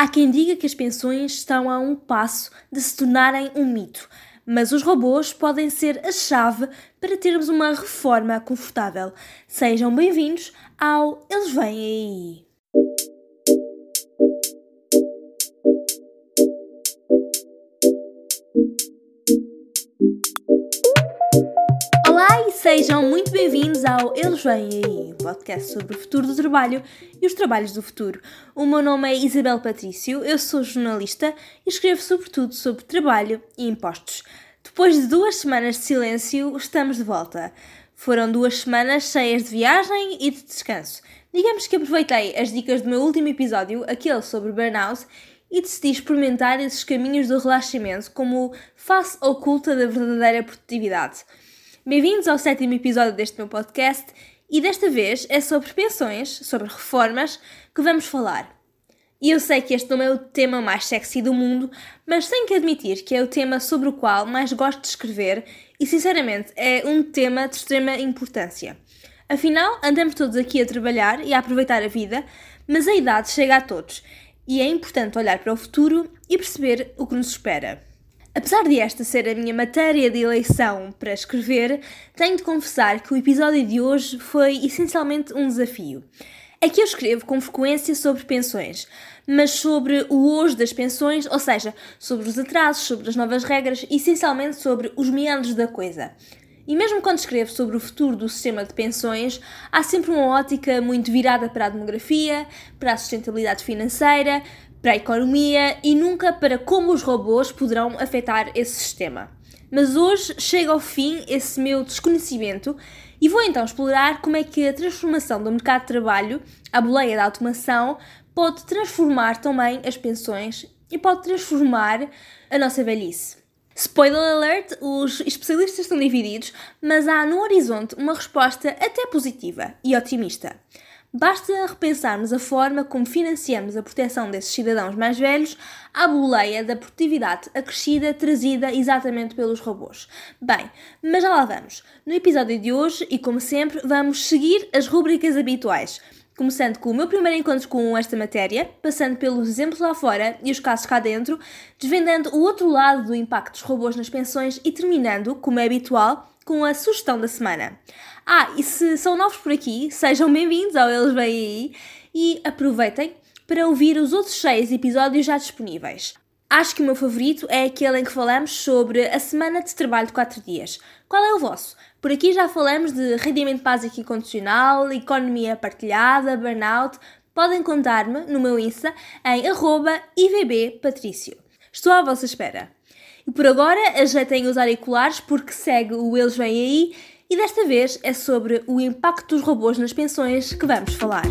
Há quem diga que as pensões estão a um passo de se tornarem um mito, mas os robôs podem ser a chave para termos uma reforma confortável. Sejam bem-vindos ao Eles Vêm Aí! Olá e sejam muito bem-vindos ao Eles Vêm Aí, um podcast sobre o futuro do trabalho e os trabalhos do futuro. O meu nome é Isabel Patrício, eu sou jornalista e escrevo sobretudo sobre trabalho e impostos. Depois de 2 semanas de silêncio, estamos de volta. Foram 2 semanas cheias de viagem e de descanso. Digamos que aproveitei as dicas do meu último episódio, aquele sobre burnout, e decidi experimentar esses caminhos do relaxamento como face oculta da verdadeira produtividade. Bem-vindos ao 7º episódio deste meu podcast e desta vez é sobre pensões, sobre reformas que vamos falar. E eu sei que este não é o tema mais sexy do mundo, mas tenho que admitir que é o tema sobre o qual mais gosto de escrever e, sinceramente, é um tema de extrema importância. Afinal, andamos todos aqui a trabalhar e a aproveitar a vida, mas a idade chega a todos e é importante olhar para o futuro e perceber o que nos espera. Apesar de esta ser a minha matéria de eleição para escrever, tenho de confessar que o episódio de hoje foi essencialmente um desafio. É que eu escrevo com frequência sobre pensões, mas sobre o hoje das pensões, ou seja, sobre os atrasos, sobre as novas regras, essencialmente sobre os meandros da coisa. E mesmo quando escrevo sobre o futuro do sistema de pensões, há sempre uma ótica muito virada para a demografia, para a sustentabilidade financeira, para a economia e nunca para como os robôs poderão afetar esse sistema. Mas hoje chega ao fim esse meu desconhecimento e vou então explorar como é que a transformação do mercado de trabalho, a boleia da automação, pode transformar também as pensões e pode transformar a nossa velhice. Spoiler alert, os especialistas estão divididos, mas há no horizonte uma resposta até positiva e otimista. Basta repensarmos a forma como financiamos a proteção desses cidadãos mais velhos à boleia da produtividade acrescida trazida exatamente pelos robôs. Bem, mas já lá vamos. No episódio de hoje, e como sempre, vamos seguir as rubricas habituais. Começando com o meu primeiro encontro com esta matéria, passando pelos exemplos lá fora e os casos cá dentro, desvendando o outro lado do impacto dos robôs nas pensões e terminando, como é habitual, com a sugestão da semana. E se são novos por aqui, sejam bem-vindos ao Eles Vêm Aí e aproveitem para ouvir os outros 6 episódios já disponíveis. Acho que o meu favorito é aquele em que falamos sobre a semana de trabalho de 4 dias. Qual é o vosso? Por aqui já falamos de rendimento básico incondicional, economia partilhada, burnout. Podem contar-me no meu Insta em @ivbpatricio. Estou à vossa espera. E por agora ajeitem os auriculares porque segue o Eles Vêm Aí e desta vez é sobre o impacto dos robôs nas pensões que vamos falar.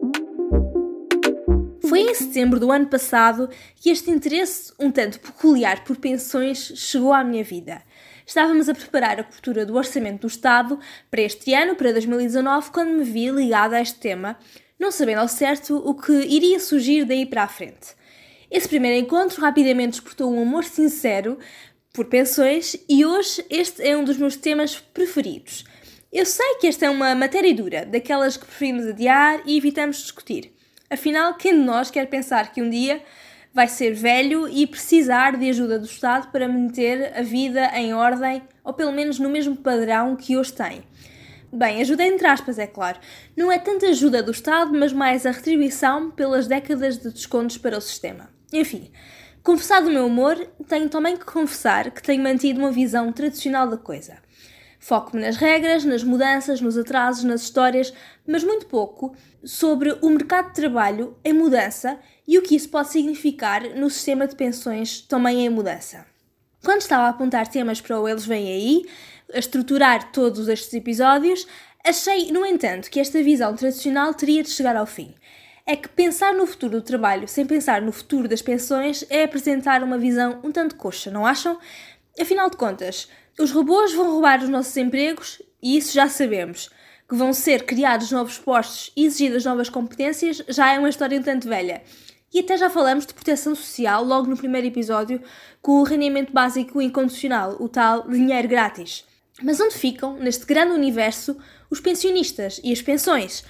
Foi em setembro do ano passado que este interesse um tanto peculiar por pensões chegou à minha vida. Estávamos a preparar a cobertura do Orçamento do Estado para este ano, para 2019, quando me vi ligada a este tema, não sabendo ao certo o que iria surgir daí para a frente. Esse primeiro encontro rapidamente despertou um amor sincero por pensões e hoje este é um dos meus temas preferidos. Eu sei que esta é uma matéria dura, daquelas que preferimos adiar e evitamos discutir. Afinal, quem de nós quer pensar que um dia vai ser velho e precisar de ajuda do Estado para manter a vida em ordem, ou pelo menos no mesmo padrão que hoje tem? Bem, ajuda entre aspas, é claro. Não é tanta ajuda do Estado, mas mais a retribuição pelas décadas de descontos para o sistema. Enfim, confessado o meu humor, tenho também que confessar que tenho mantido uma visão tradicional da coisa. Foco-me nas regras, nas mudanças, nos atrasos, nas histórias, mas muito pouco sobre o mercado de trabalho em mudança e o que isso pode significar no sistema de pensões também em mudança. Quando estava a apontar temas para o Eles Vêm Aí, a estruturar todos estes episódios, achei, no entanto, que esta visão tradicional teria de chegar ao fim. É que pensar no futuro do trabalho sem pensar no futuro das pensões é apresentar uma visão um tanto coxa, não acham? Afinal de contas, os robôs vão roubar os nossos empregos e isso já sabemos. Que vão ser criados novos postos e exigidas novas competências já é uma história um tanto velha. E até já falamos de proteção social logo no primeiro episódio com o rendimento básico incondicional, o tal dinheiro grátis. Mas onde ficam, neste grande universo, os pensionistas e as pensões?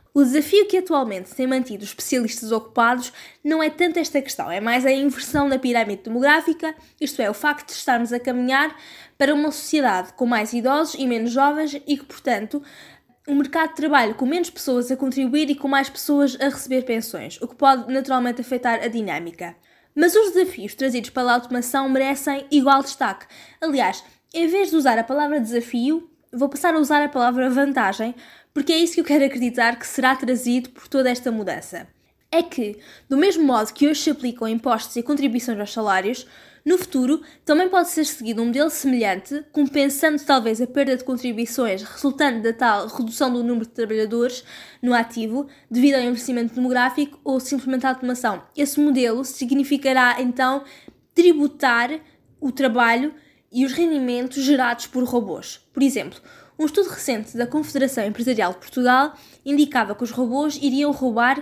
O desafio que atualmente tem mantido os especialistas ocupados não é tanto esta questão, é mais a inversão da pirâmide demográfica, isto é, o facto de estarmos a caminhar para uma sociedade com mais idosos e menos jovens e que, portanto, um mercado de trabalho com menos pessoas a contribuir e com mais pessoas a receber pensões, o que pode naturalmente afetar a dinâmica. Mas os desafios trazidos pela automação merecem igual destaque. Aliás, em vez de usar a palavra desafio, vou passar a usar a palavra vantagem, porque é isso que eu quero acreditar que será trazido por toda esta mudança. É que, do mesmo modo que hoje se aplicam impostos e contribuições aos salários, no futuro também pode ser seguido um modelo semelhante, compensando talvez a perda de contribuições resultante da tal redução do número de trabalhadores no ativo devido ao envelhecimento demográfico ou simplesmente à automação. Esse modelo significará então tributar o trabalho e os rendimentos gerados por robôs. Por exemplo, um estudo recente da Confederação Empresarial de Portugal indicava que os robôs iriam roubar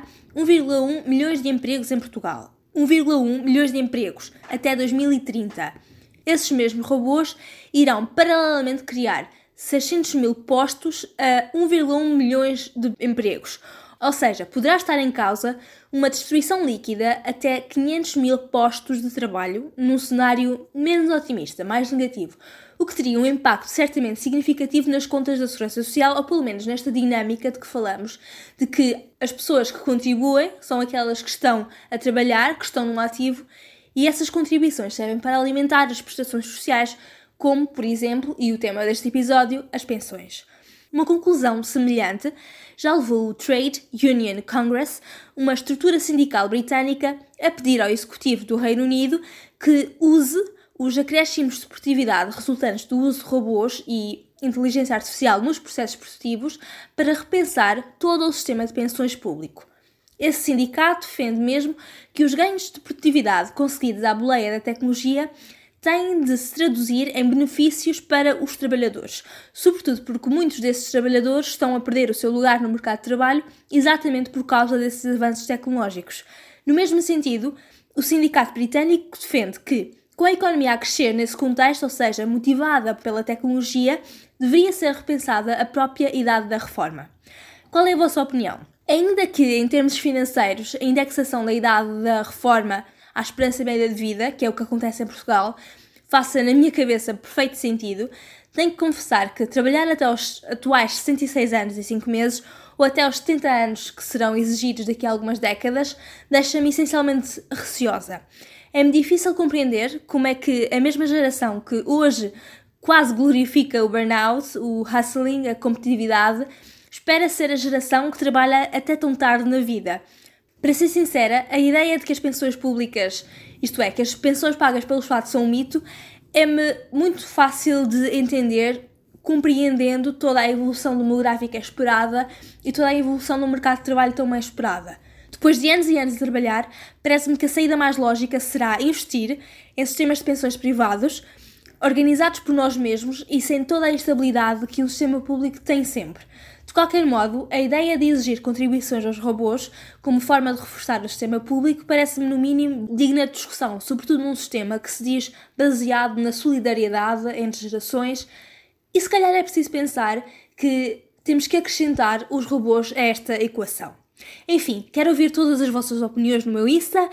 1,1 milhões de empregos em Portugal. 1,1 milhões de empregos até 2030. Esses mesmos robôs irão paralelamente criar 600 mil postos a 1,1 milhões de empregos. Ou seja, poderá estar em causa uma destruição líquida até 500 mil postos de trabalho num cenário menos otimista, mais negativo, o que teria um impacto certamente significativo nas contas da Segurança Social, ou pelo menos nesta dinâmica de que falamos, de que as pessoas que contribuem são aquelas que estão a trabalhar, que estão num ativo, e essas contribuições servem para alimentar as prestações sociais, como, por exemplo, e o tema deste episódio, as pensões. Uma conclusão semelhante já levou o Trade Union Congress, uma estrutura sindical britânica, a pedir ao Executivo do Reino Unido que use os acréscimos de produtividade resultantes do uso de robôs e inteligência artificial nos processos produtivos para repensar todo o sistema de pensões público. Esse sindicato defende mesmo que os ganhos de produtividade conseguidos à boleia da tecnologia têm de se traduzir em benefícios para os trabalhadores, sobretudo porque muitos desses trabalhadores estão a perder o seu lugar no mercado de trabalho exatamente por causa desses avanços tecnológicos. No mesmo sentido, o sindicato britânico defende que, com a economia a crescer nesse contexto, ou seja, motivada pela tecnologia, deveria ser repensada a própria idade da reforma. Qual é a vossa opinião? Ainda que, em termos financeiros, a indexação da idade da reforma à esperança média de vida, que é o que acontece em Portugal, faça na minha cabeça perfeito sentido, tenho que confessar que trabalhar até aos atuais 66 anos e 5 meses ou até aos 70 anos que serão exigidos daqui a algumas décadas deixa-me essencialmente receosa. É-me difícil compreender como é que a mesma geração que hoje quase glorifica o burnout, o hustling, a competitividade, espera ser a geração que trabalha até tão tarde na vida. Para ser sincera, a ideia de que as pensões públicas, isto é, que as pensões pagas pelo Estado são um mito, é-me muito fácil de entender, compreendendo toda a evolução demográfica esperada e toda a evolução do mercado de trabalho tão mais esperada. Depois de anos e anos de trabalhar, parece-me que a saída mais lógica será investir em sistemas de pensões privados, organizados por nós mesmos e sem toda a instabilidade que um sistema público tem sempre. De qualquer modo, a ideia de exigir contribuições aos robôs como forma de reforçar o sistema público parece-me, no mínimo, digna de discussão, sobretudo num sistema que se diz baseado na solidariedade entre gerações, e se calhar é preciso pensar que temos que acrescentar os robôs a esta equação. Enfim, quero ouvir todas as vossas opiniões no meu Insta,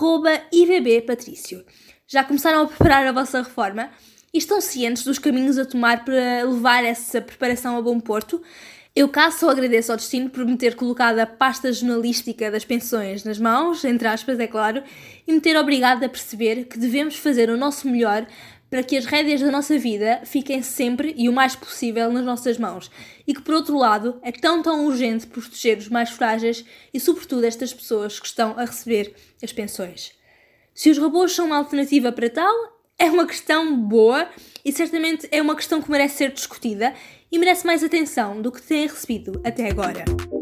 @ibbpatricio. Já começaram a preparar a vossa reforma e estão cientes dos caminhos a tomar para levar essa preparação a bom porto? Eu cá só agradeço ao destino por me ter colocado a pasta jornalística das pensões nas mãos, entre aspas, é claro, e me ter obrigado a perceber que devemos fazer o nosso melhor para que as rédeas da nossa vida fiquem sempre e o mais possível nas nossas mãos. E que, por outro lado, é tão urgente proteger os mais frágeis e, sobretudo, estas pessoas que estão a receber as pensões. Se os robôs são uma alternativa para tal, é uma questão boa e certamente é uma questão que merece ser discutida e merece mais atenção do que tem recebido até agora.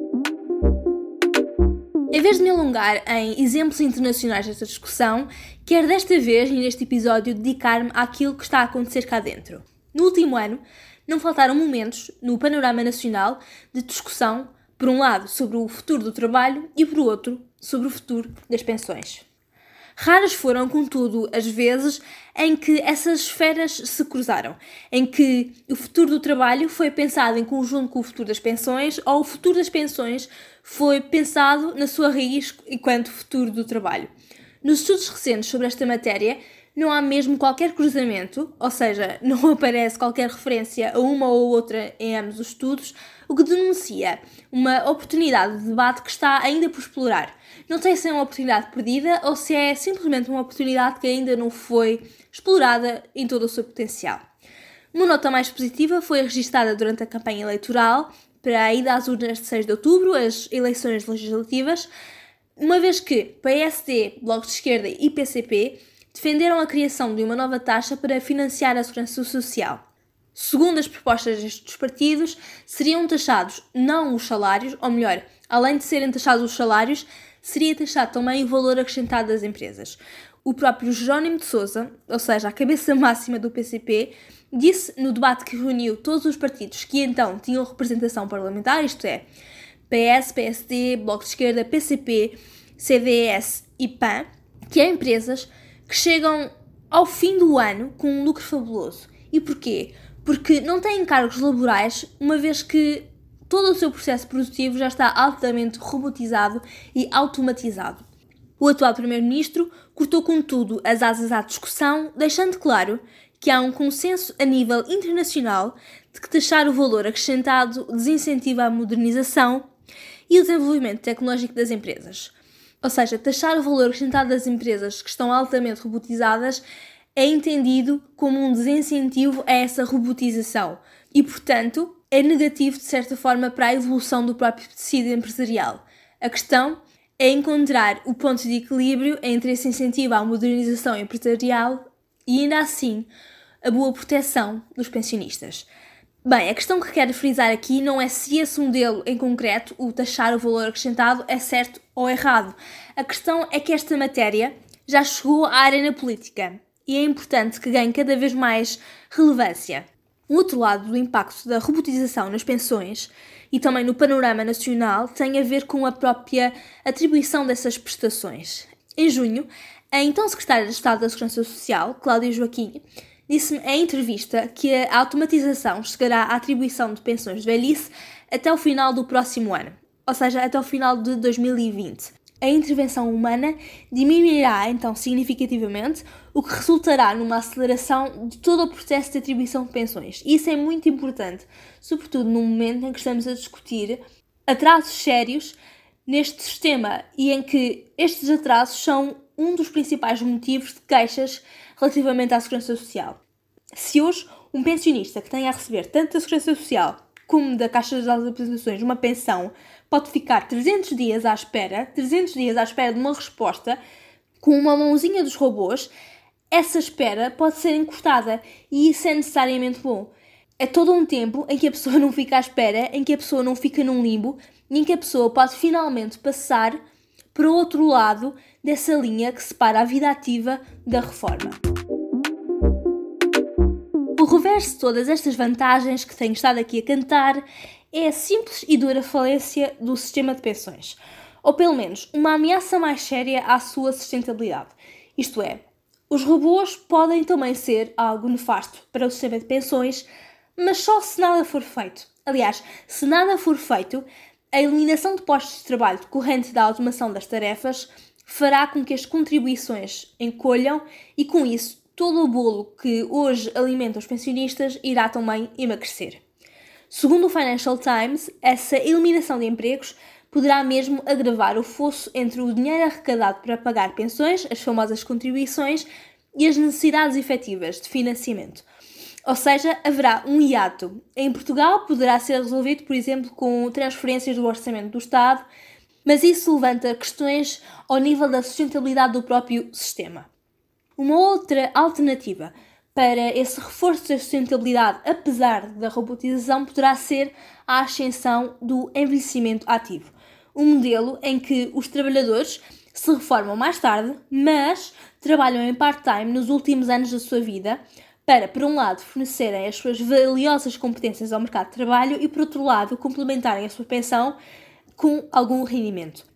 Em vez de me alongar em exemplos internacionais desta discussão, quero desta vez e neste episódio dedicar-me àquilo que está a acontecer cá dentro. No último ano, não faltaram momentos no panorama nacional de discussão, por um lado, sobre o futuro do trabalho e, por outro, sobre o futuro das pensões. Raras foram, contudo, as vezes em que essas esferas se cruzaram, em que o futuro do trabalho foi pensado em conjunto com o futuro das pensões, ou o futuro das pensões foi pensado na sua raiz enquanto futuro do trabalho. Nos estudos recentes sobre esta matéria, não há mesmo qualquer cruzamento, ou seja, não aparece qualquer referência a uma ou outra em ambos os estudos, o que denuncia uma oportunidade de debate que está ainda por explorar. Não sei se é uma oportunidade perdida ou se é simplesmente uma oportunidade que ainda não foi explorada em todo o seu potencial. Uma nota mais positiva foi registada durante a campanha eleitoral para a ida às urnas de 6 de outubro, as eleições legislativas, uma vez que PSD, Bloco de Esquerda e PCP defenderam a criação de uma nova taxa para financiar a segurança social. Segundo as propostas destes partidos, seriam taxados não os salários, ou melhor, além de serem taxados os salários, seria taxado também o valor acrescentado das empresas. O próprio Jerónimo de Sousa, ou seja, a cabeça máxima do PCP, disse no debate que reuniu todos os partidos que então tinham representação parlamentar, isto é, PS, PSD, Bloco de Esquerda, PCP, CDS e PAN, que há empresas que chegam ao fim do ano com um lucro fabuloso. E porquê? Porque não têm encargos laborais, uma vez que todo o seu processo produtivo já está altamente robotizado e automatizado. O atual Primeiro-Ministro cortou, contudo, as asas à discussão, deixando claro que há um consenso a nível internacional de que taxar o valor acrescentado desincentiva a modernização e o desenvolvimento tecnológico das empresas. Ou seja, taxar o valor acrescentado das empresas que estão altamente robotizadas é entendido como um desincentivo a essa robotização e, portanto, é negativo de certa forma para a evolução do próprio tecido empresarial. A questão é encontrar o ponto de equilíbrio entre esse incentivo à modernização empresarial e, ainda assim, a boa proteção dos pensionistas. Bem, a questão que quero frisar aqui não é se esse modelo em concreto, o taxar o valor acrescentado, é certo ou errado. A questão é que esta matéria já chegou à arena política e é importante que ganhe cada vez mais relevância. O outro lado do impacto da robotização nas pensões e também no panorama nacional tem a ver com a própria atribuição dessas prestações. Em junho, a então Secretária de Estado da Segurança Social, Cláudia Joaquim, disse-me em entrevista que a automatização chegará à atribuição de pensões de velhice até o final do próximo ano, ou seja, até o final de 2020. A intervenção humana diminuirá então significativamente, o que resultará numa aceleração de todo o processo de atribuição de pensões. E isso é muito importante, sobretudo no momento em que estamos a discutir atrasos sérios neste sistema e em que estes atrasos são um dos principais motivos de queixas relativamente à segurança social. Se hoje um pensionista que tenha a receber tanto da segurança social como da Caixa Geral das Apresentações uma pensão pode ficar 300 dias à espera de uma resposta com uma mãozinha dos robôs, essa espera pode ser encurtada e isso é necessariamente bom. É todo um tempo em que a pessoa não fica à espera, em que a pessoa não fica num limbo e em que a pessoa pode finalmente passar para o outro lado dessa linha que separa a vida ativa da reforma. O reverso de todas estas vantagens que tenho estado aqui a cantar é a simples e dura falência do sistema de pensões, ou pelo menos uma ameaça mais séria à sua sustentabilidade. Isto é, os robôs podem também ser algo nefasto para o sistema de pensões, mas só se nada for feito. Aliás, se nada for feito, a eliminação de postos de trabalho decorrente da automação das tarefas fará com que as contribuições encolham e, com isso, todo o bolo que hoje alimenta os pensionistas irá também emagrecer. Segundo o Financial Times, essa eliminação de empregos poderá mesmo agravar o fosso entre o dinheiro arrecadado para pagar pensões, as famosas contribuições, e as necessidades efetivas de financiamento. Ou seja, haverá um hiato. Em Portugal poderá ser resolvido, por exemplo, com transferências do orçamento do Estado, mas isso levanta questões ao nível da sustentabilidade do próprio sistema. Uma outra alternativa para esse reforço da sustentabilidade, apesar da robotização, poderá ser a ascensão do envelhecimento ativo. Um modelo em que os trabalhadores se reformam mais tarde, mas trabalham em part-time nos últimos anos da sua vida, para, por um lado, fornecerem as suas valiosas competências ao mercado de trabalho e, por outro lado, complementarem a sua pensão com algum rendimento.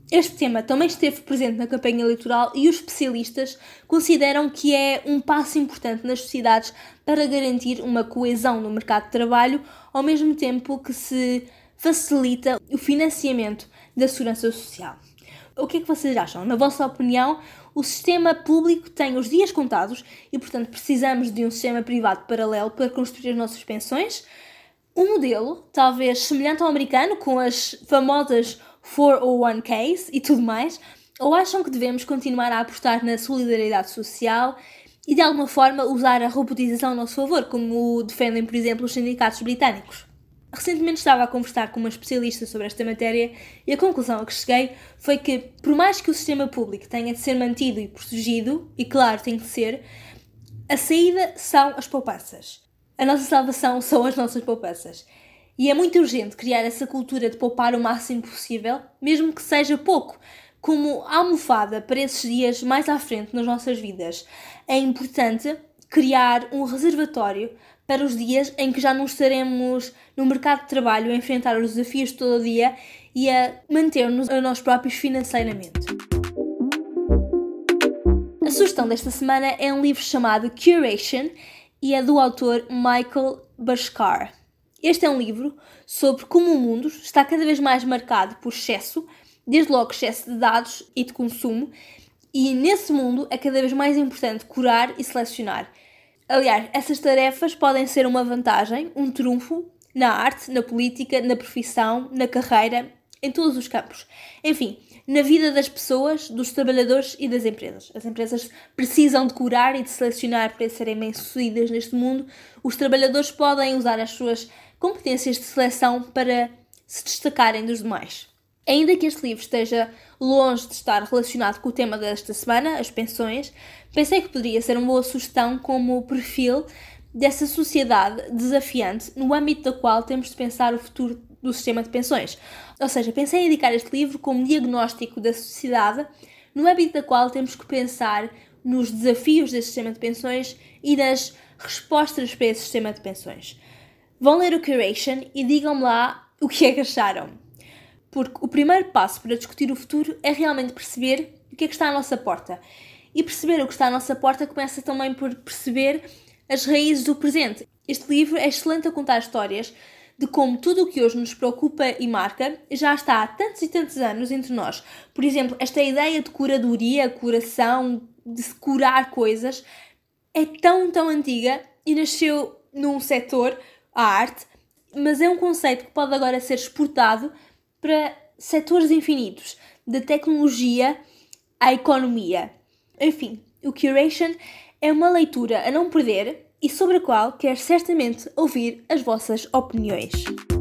Este tema também esteve presente na campanha eleitoral e os especialistas consideram que é um passo importante nas sociedades para garantir uma coesão no mercado de trabalho, ao mesmo tempo que se facilita o financiamento da segurança social. O que é que vocês acham? Na vossa opinião, o sistema público tem os dias contados e, portanto, precisamos de um sistema privado paralelo para construir as nossas pensões? Um modelo, talvez semelhante ao americano, com as famosas 401ks e tudo mais, ou acham que devemos continuar a apostar na solidariedade social e, de alguma forma, usar a robotização a nosso favor, como defendem, por exemplo, os sindicatos britânicos? Recentemente estava a conversar com uma especialista sobre esta matéria e a conclusão a que cheguei foi que, por mais que o sistema público tenha de ser mantido e protegido, e claro, tem de ser, a saída são as poupanças. A nossa salvação são as nossas poupanças. E é muito urgente criar essa cultura de poupar o máximo possível, mesmo que seja pouco, como almofada para esses dias mais à frente nas nossas vidas. É importante criar um reservatório para os dias em que já não estaremos no mercado de trabalho a enfrentar os desafios de todo o dia e a manter-nos a nós próprios financeiramente. A sugestão desta semana é um livro chamado Curation e é do autor Michael Bhaskar. Este é um livro sobre como o mundo está cada vez mais marcado por excesso, desde logo excesso de dados e de consumo, e nesse mundo é cada vez mais importante curar e selecionar. Aliás, essas tarefas podem ser uma vantagem, um trunfo, na arte, na política, na profissão, na carreira, em todos os campos. Enfim, na vida das pessoas, dos trabalhadores e das empresas. As empresas precisam de curar e de selecionar para serem bem-sucedidas neste mundo. Os trabalhadores podem usar as suas competências de seleção para se destacarem dos demais. Ainda que este livro esteja longe de estar relacionado com o tema desta semana, as pensões, pensei que poderia ser uma boa sugestão como perfil dessa sociedade desafiante no âmbito da qual temos de pensar o futuro do sistema de pensões. Ou seja, pensei em indicar este livro como diagnóstico da sociedade no âmbito da qual temos que pensar nos desafios deste sistema de pensões e das respostas para esse sistema de pensões. Vão ler o Curation e digam-me lá o que é que acharam. Porque o primeiro passo para discutir o futuro é realmente perceber o que é que está à nossa porta. E perceber o que está à nossa porta começa também por perceber as raízes do presente. Este livro é excelente a contar histórias de como tudo o que hoje nos preocupa e marca já está há tantos e tantos anos entre nós. Por exemplo, esta ideia de curadoria, curação, de se curar coisas, é tão antiga e nasceu num setor, a arte, mas é um conceito que pode agora ser exportado para setores infinitos, da tecnologia à economia. Enfim, o Curation é uma leitura a não perder e sobre a qual quero certamente ouvir as vossas opiniões.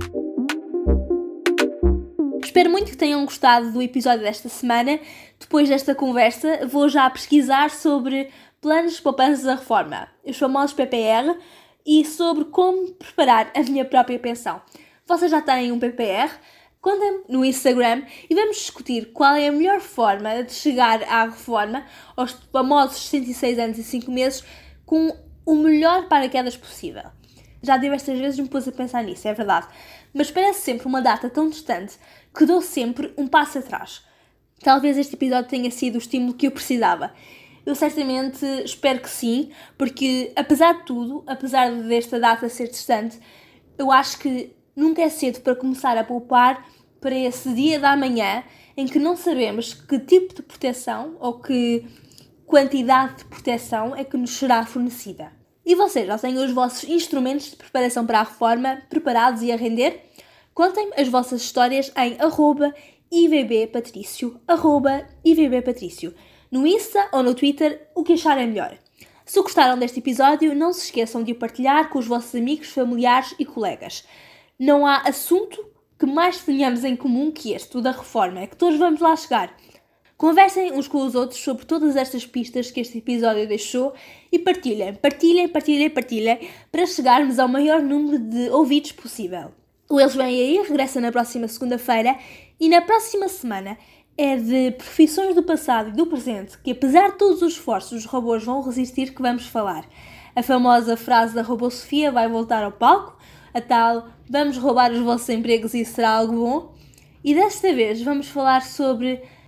Espero muito que tenham gostado do episódio desta semana. Depois desta conversa, vou já pesquisar sobre planos de poupança da reforma, os famosos PPR, e sobre como preparar a minha própria pensão. Vocês já têm um PPR? Contem-me no Instagram e vamos discutir qual é a melhor forma de chegar à reforma, aos famosos 66 anos e 5 meses, com o melhor paraquedas possível. Já diversas vezes me pus a pensar nisso, é verdade. Mas parece sempre uma data tão distante que dou sempre um passo atrás. Talvez este episódio tenha sido o estímulo que eu precisava. Eu certamente espero que sim, porque apesar de tudo, apesar desta data ser distante, eu acho que nunca é cedo para começar a poupar para esse dia da manhã em que não sabemos que tipo de proteção ou que quantidade de proteção é que nos será fornecida. E vocês já têm os vossos instrumentos de preparação para a reforma preparados e a render? Contem-me as vossas histórias em @ivbpatricio, @ivbpatricio, no Insta ou no Twitter, o que acharem melhor. Se gostaram deste episódio, não se esqueçam de o partilhar com os vossos amigos, familiares e colegas. Não há assunto que mais tenhamos em comum que este, o da reforma, é que todos vamos lá chegar. Conversem uns com os outros sobre todas estas pistas que este episódio deixou e partilhem para chegarmos ao maior número de ouvidos possível. O Eles Vêm Aí regressa na próxima segunda-feira e na próxima semana é de profissões do passado e do presente que, apesar de todos os esforços, os robôs vão resistir que vamos falar. A famosa frase da robô Sofia vai voltar ao palco, a tal vamos roubar os vossos empregos e será algo bom. E desta vez vamos falar sobre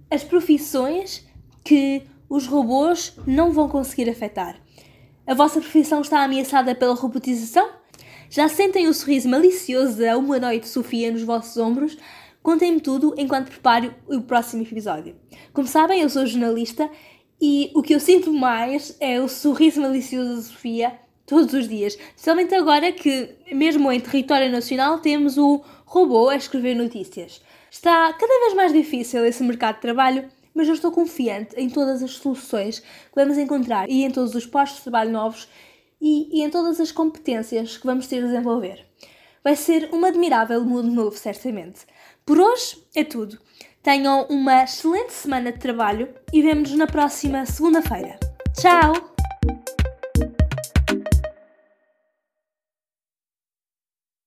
as profissões que os robôs não vão conseguir afetar. A vossa profissão está ameaçada pela robotização? Já sentem o sorriso malicioso da humanoide Sofia nos vossos ombros? Contem-me tudo enquanto preparo o próximo episódio. Como sabem, eu sou jornalista e o que eu sinto mais é o sorriso malicioso da Sofia todos os dias. Especialmente agora que, mesmo em território nacional, temos o robô a escrever notícias. Está cada vez mais difícil esse mercado de trabalho, mas eu estou confiante em todas as soluções que vamos encontrar e em todos os postos de trabalho novos e em todas as competências que vamos ter a desenvolver. Vai ser um admirável mundo novo, certamente. Por hoje é tudo. Tenham uma excelente semana de trabalho e vemo-nos na próxima segunda-feira. Tchau!